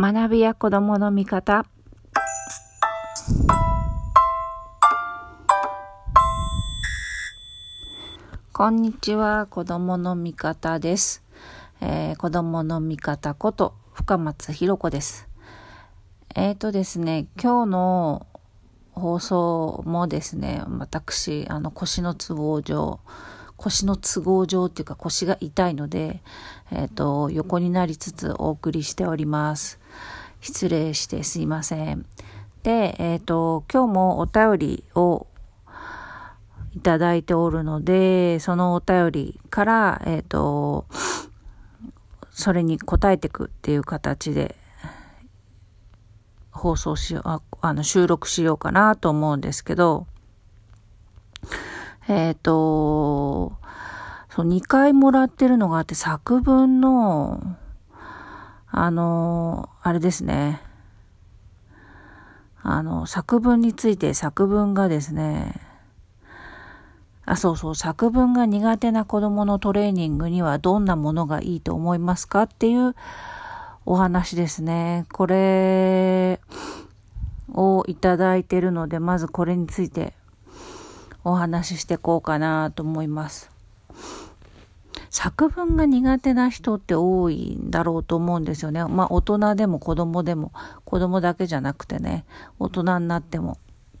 学びや子どもの味方。こんにちは、子どもの味方です。子どもの味方こと深松ひろ子です。ですね、今日の放送もですね、私腰の都合上っていうか腰が痛いので、横になりつつお送りしております。失礼してすいません。で、今日もお便りをいただいておるので、そのお便りから、それに答えていくっていう形で放送しよう、収録しようかなと思うんですけど、そう2回もらってるのがあって、作文のあれですね、作文について作文がですね、作文が苦手な子どものトレーニングにはどんなものがいいと思いますかっていうお話ですね。これをいただいているので、まずこれについてお話ししていこうかなと思います。作文が苦手な人って多いんだろうと思うんですよね。大人でも子供でも、子供だけじゃなくてね、大人になっても。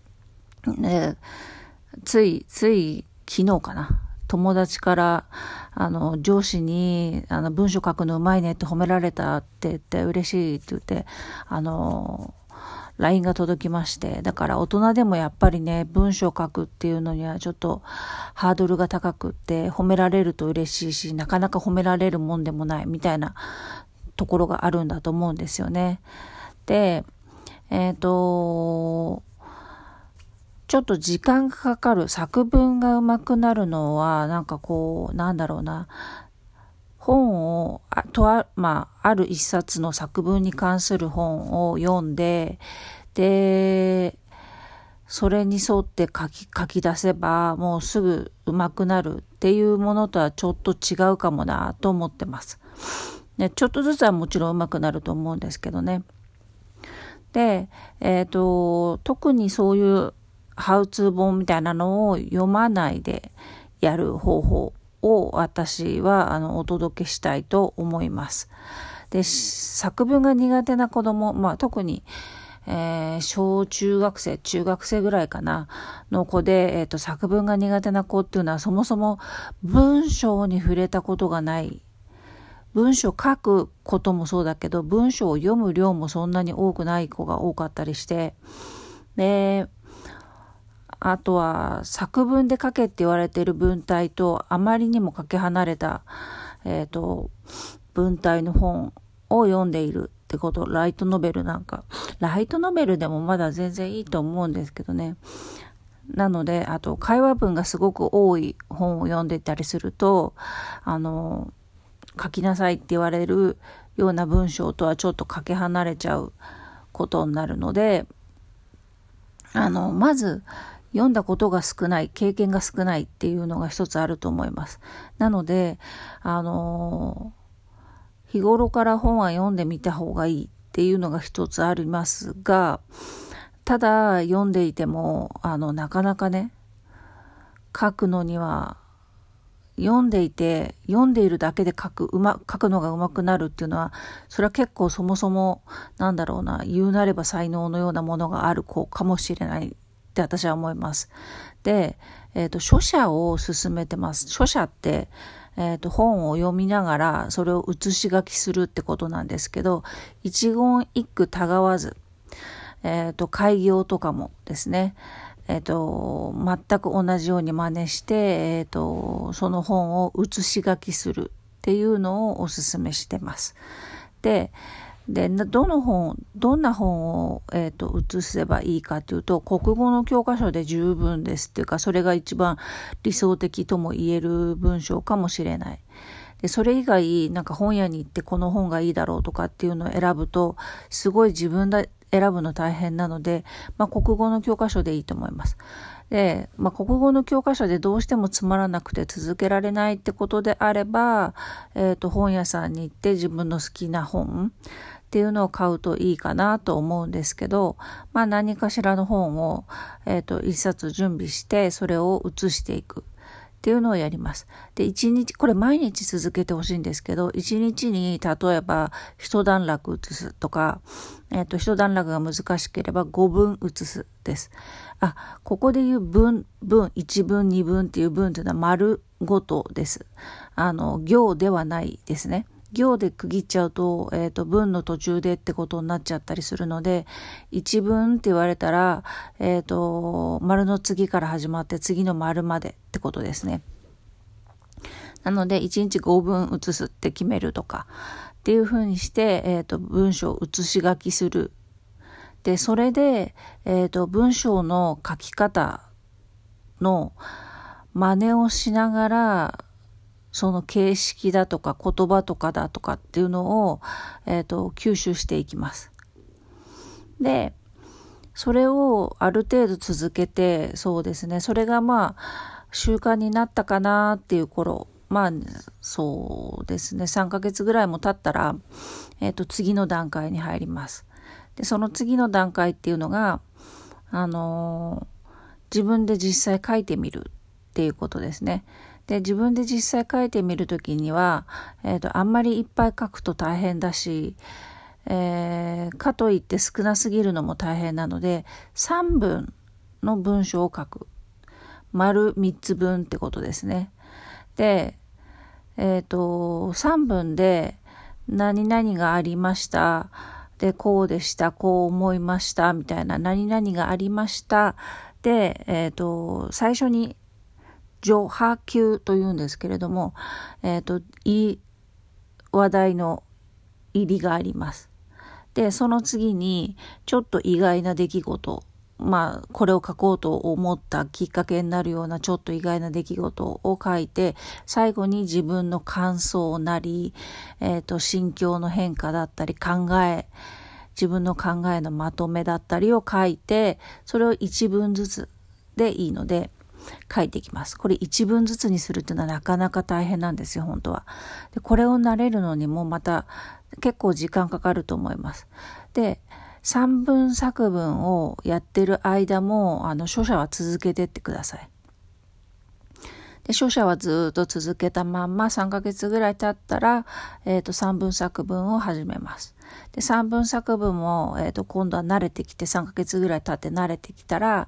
つい昨日かな、友達から上司に文章書くのうまいねって褒められたって言って嬉しいって言ってLINE が届きまして、だから大人でもやっぱりね、文章書くっていうのにはちょっとハードルが高くって、褒められると嬉しいし、なかなか褒められるもんでもないみたいなところがあるんだと思うんですよね。で、ちょっと時間がかかる、作文が上手くなるのは、本を、ある一冊の作文に関する本を読んで、で、それに沿って書き出せば、もうすぐ上手くなるっていうものとはちょっと違うかもなと思ってます。ね、ちょっとずつはもちろん上手くなると思うんですけどね。で、特にそういうハウツー本みたいなのを読まないでやる方法を私はお届けしたいと思います。で、作文が苦手な子供、特に、小中学生、中学生ぐらいかなの子で、作文が苦手な子っていうのはそもそも文章に触れたことがない。文章書くこともそうだけど、文章を読む量もそんなに多くない子が多かったりして、で、あとは作文で書けって言われている文体とあまりにもかけ離れた、文体の本を読んでいるってこと、ライトノベルでもまだ全然いいと思うんですけどね。なので、あと会話文がすごく多い本を読んでいたりすると、書きなさいって言われるような文章とはちょっとかけ離れちゃうことになるので、まず読んだことが少ない、経験が少ないっていうのが一つあると思います。なので、日頃から本は読んでみた方がいいっていうのが一つありますが、ただ読んでいても、なかなかね、書くのには、読んでいるだけで書くのが上手くなるっていうのは、それは結構そもそも、言うなれば才能のようなものがある子かもしれないって私は思います。で、書写を進めてます。書写って、本を読みながらそれを写し書きするってことなんですけど、一言一句たがわず、改行とかもですね、全く同じように真似して、その本を写し書きするっていうのをお勧めしてます。で、どんな本を、写せばいいかというと、国語の教科書で十分ですっていうか、それが一番理想的とも言える文章かもしれない。で、それ以外、本屋に行ってこの本がいいだろうとかっていうのを選ぶと、すごい自分で選ぶの大変なので、国語の教科書でいいと思います。で、国語の教科書でどうしてもつまらなくて続けられないってことであれば、本屋さんに行って自分の好きな本っていうのを買うといいかなと思うんですけど、何かしらの本を、一冊準備してそれを写していくっていうのをやります。で、これ毎日続けてほしいんですけど、1日に例えば一段落写すとか、一段落が難しければ5分写すです。ここで言う文、1文、2文っていう文っていうのは丸ごとです。行ではないですね。行で区切っちゃうと、文の途中でってことになっちゃったりするので、一文って言われたら、丸の次から始まって次の丸までってことですね。なので、1日5文写すって決めるとか、っていう風にして、文章を写し書きする。で、それで、文章の書き方の真似をしながら、その形式だとか言葉とかだとかっていうのを、吸収していきます。で、それをある程度続けて、そうですね、それが習慣になったかなっていう頃、そうですね、3ヶ月ぐらいも経ったら、次の段階に入ります。で、その次の段階っていうのが、自分で実際書いてみるっていうことですね。で、自分で実際書いてみるときには、あんまりいっぱい書くと大変だし、かといって少なすぎるのも大変なので、3文の文章を書く。丸3つ分ってことですね。で、3文で何々がありました。で、こうでした。こう思いました。みたいな、何々がありました。で、最初に序波及というんですけれども、話題の入りがあります。で、その次にちょっと意外な出来事、これを書こうと思ったきっかけになるようなちょっと意外な出来事を書いて、最後に自分の感想なり、心境の変化だったり自分の考えのまとめだったりを書いて、それを1文ずつでいいので書いていきます。これ1文ずつにするっていうのはなかなか大変なんですよ、本当は。で、これを慣れるのにもまた結構時間かかると思います。で、3文作文をやってる間も、書写は続けてってください。で、書写はずっと続けたまんま3ヶ月ぐらい経ったら、3文作文を始めます。で、3文作文も、今度は慣れてきて、3ヶ月ぐらい経って慣れてきたら、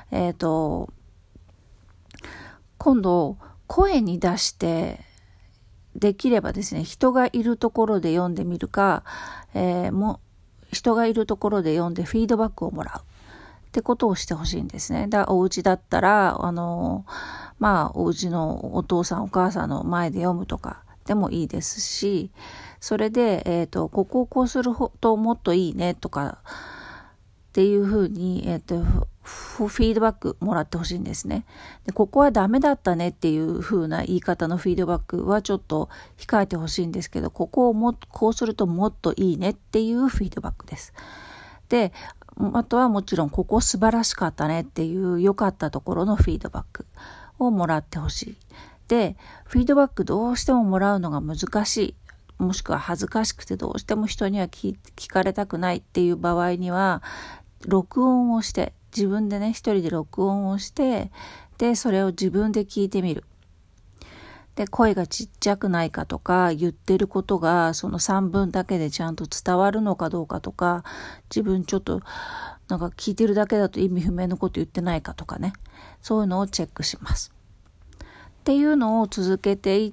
今度、声に出して、できればですね、人がいるところで読んでみるか、人がいるところで読んでフィードバックをもらうってことをしてほしいんですね。お家だったら、お家のお父さんお母さんの前で読むとかでもいいですし、それで、ここをこうするともっといいねとかっていうふうに、フィードバックもらってほしいんですね。で、ここはダメだったねっていう風な言い方のフィードバックはちょっと控えてほしいんですけど、ここをこうするともっといいねっていうフィードバックです。で、あとはもちろんここ素晴らしかったねっていう良かったところのフィードバックをもらってほしい。で、フィードバックどうしてももらうのが難しい。もしくは恥ずかしくてどうしても人には聞かれたくないっていう場合には、録音をして、自分でね、一人で録音をして、で、それを自分で聞いてみる。で、声がちっちゃくないかとか、言ってることがその3分だけでちゃんと伝わるのかどうかとか、自分ちょっとなんか聞いてるだけだと意味不明のこと言ってないかとかね、そういうのをチェックします。っていうのを続けていって、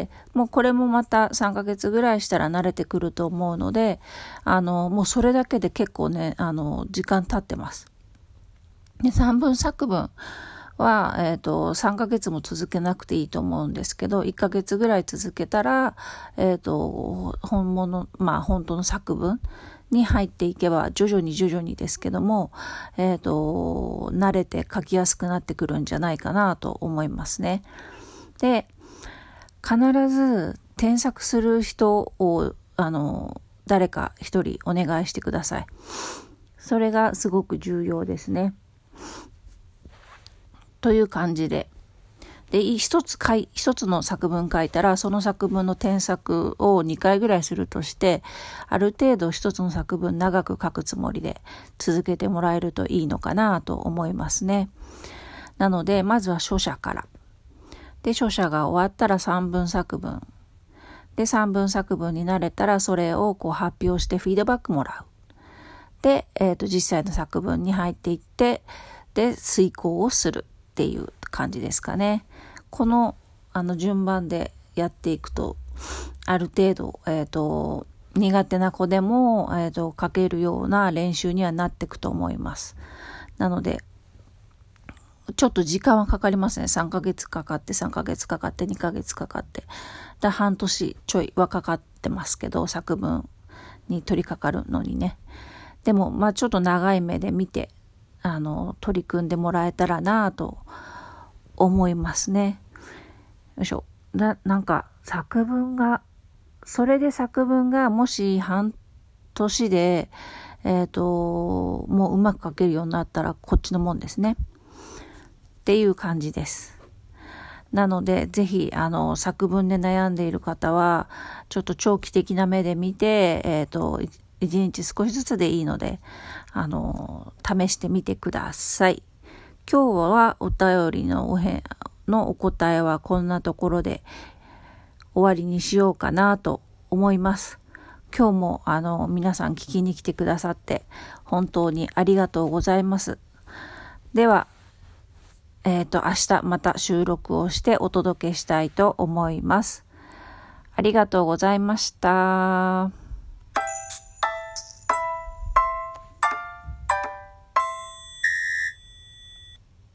もうこれもまた3ヶ月ぐらいしたら慣れてくると思うので、もうそれだけで結構ね、時間経ってます。で、3文作文は、3ヶ月も続けなくていいと思うんですけど、1ヶ月ぐらい続けたら、本当の作文に入っていけば、徐々にですけども、慣れて書きやすくなってくるんじゃないかなと思いますね。で、必ず添削する人を、誰か一人お願いしてください。 それがすごく重要ですね。という感じで。で、一つの作文書いたら、その作文の添削を2回ぐらいするとして、ある程度一つの作文長く書くつもりで続けてもらえるといいのかなと思いますね。なので、まずは書写から。で、書写が終わったら3文作文。で、3文作文になれたら、それを発表してフィードバックもらう。で、実際の作文に入っていって、で、遂行をするっていう感じですかね。この順番でやっていくと、ある程度、苦手な子でも、書けるような練習にはなっていくと思います。なので、ちょっと時間はかかりますね。3ヶ月かかって、2ヶ月かかって。半年ちょいはかかってますけど、作文に取り掛かるのにね。でも、ちょっと長い目で見て、取り組んでもらえたらなと思いますね。よいしょ。なんかそれで作文がもし半年で、もううまく書けるようになったらこっちのもんですね。っていう感じです。なので、ぜひ、作文で悩んでいる方は、ちょっと長期的な目で見て、一日少しずつでいいので、試してみてください。今日はお便りのお答えはこんなところで終わりにしようかなと思います。今日も皆さん聞きに来てくださって本当にありがとうございます。では、明日また収録をしてお届けしたいと思います。ありがとうございました。